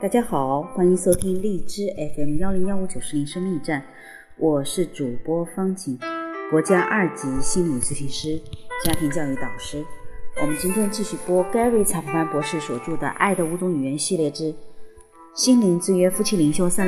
大家好，欢迎收听荔枝 FM101590生命驿站，我是主播方景，国家2级心理咨询师，家庭教育导师。我们今天继续播 Gary 查普曼博士所著的《爱的5种语言》系列之心灵之约夫妻灵修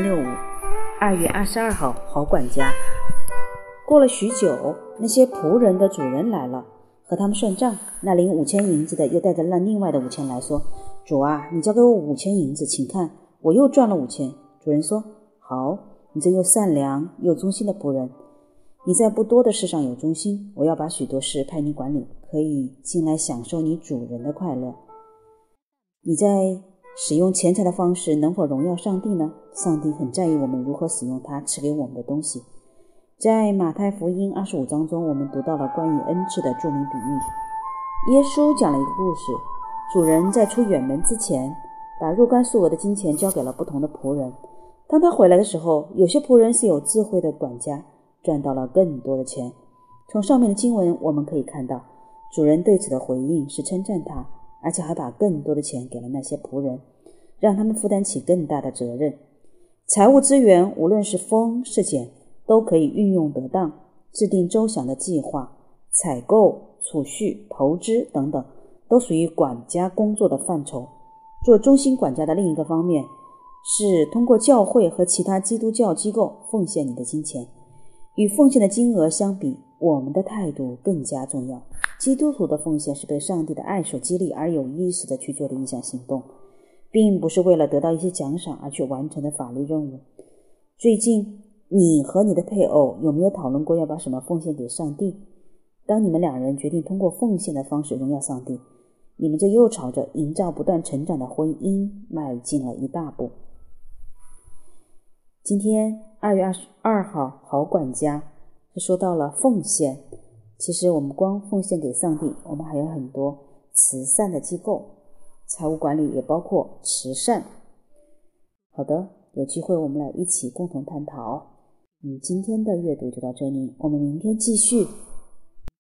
365。2月22号，好管家。过了许久，那些仆人的主人来了，和他们算账。那领5000银子的又带着那另外的5000来说，主啊，你交给我5000银子，请看，我又赚了5000。主人说，好，你这又善良又忠心的仆人，你在不多的事上有忠心，我要把许多事派你管理，可以进来享受你主人的快乐。你在使用钱财的方式能否荣耀上帝呢？上帝很在意我们如何使用他赐给我们的东西。在马太福音25章中，我们读到了关于恩赐的著名比喻。耶稣讲了一个故事，主人在出远门之前，把若干数额的金钱交给了不同的仆人。当他回来的时候，有些仆人是有智慧的管家，赚到了更多的钱。从上面的经文我们可以看到，主人对此的回应是称赞他，而且还把更多的钱给了那些仆人，让他们负担起更大的责任。财务资源无论是丰是减，都可以运用得当，制定周详的计划，采购、储蓄、投资等等，都属于管家工作的范畴。做中心管家的另一个方面，是通过教会和其他基督教机构奉献你的金钱。与奉献的金额相比，我们的态度更加重要。基督徒的奉献是被上帝的爱所激励而有意识的去做的一项行动，并不是为了得到一些奖赏而去完成的法律任务。最近你和你的配偶有没有讨论过要把什么奉献给上帝？当你们两人决定通过奉献的方式荣耀上帝，你们就又朝着营造不断成长的婚姻迈进了一大步。今天2月22号，好管家是说到了奉献。其实我们光奉献给上帝，我们还有很多慈善的机构，财务管理也包括慈善。好的，有机会我们来一起共同探讨。今天的阅读就到这里，我们明天继续。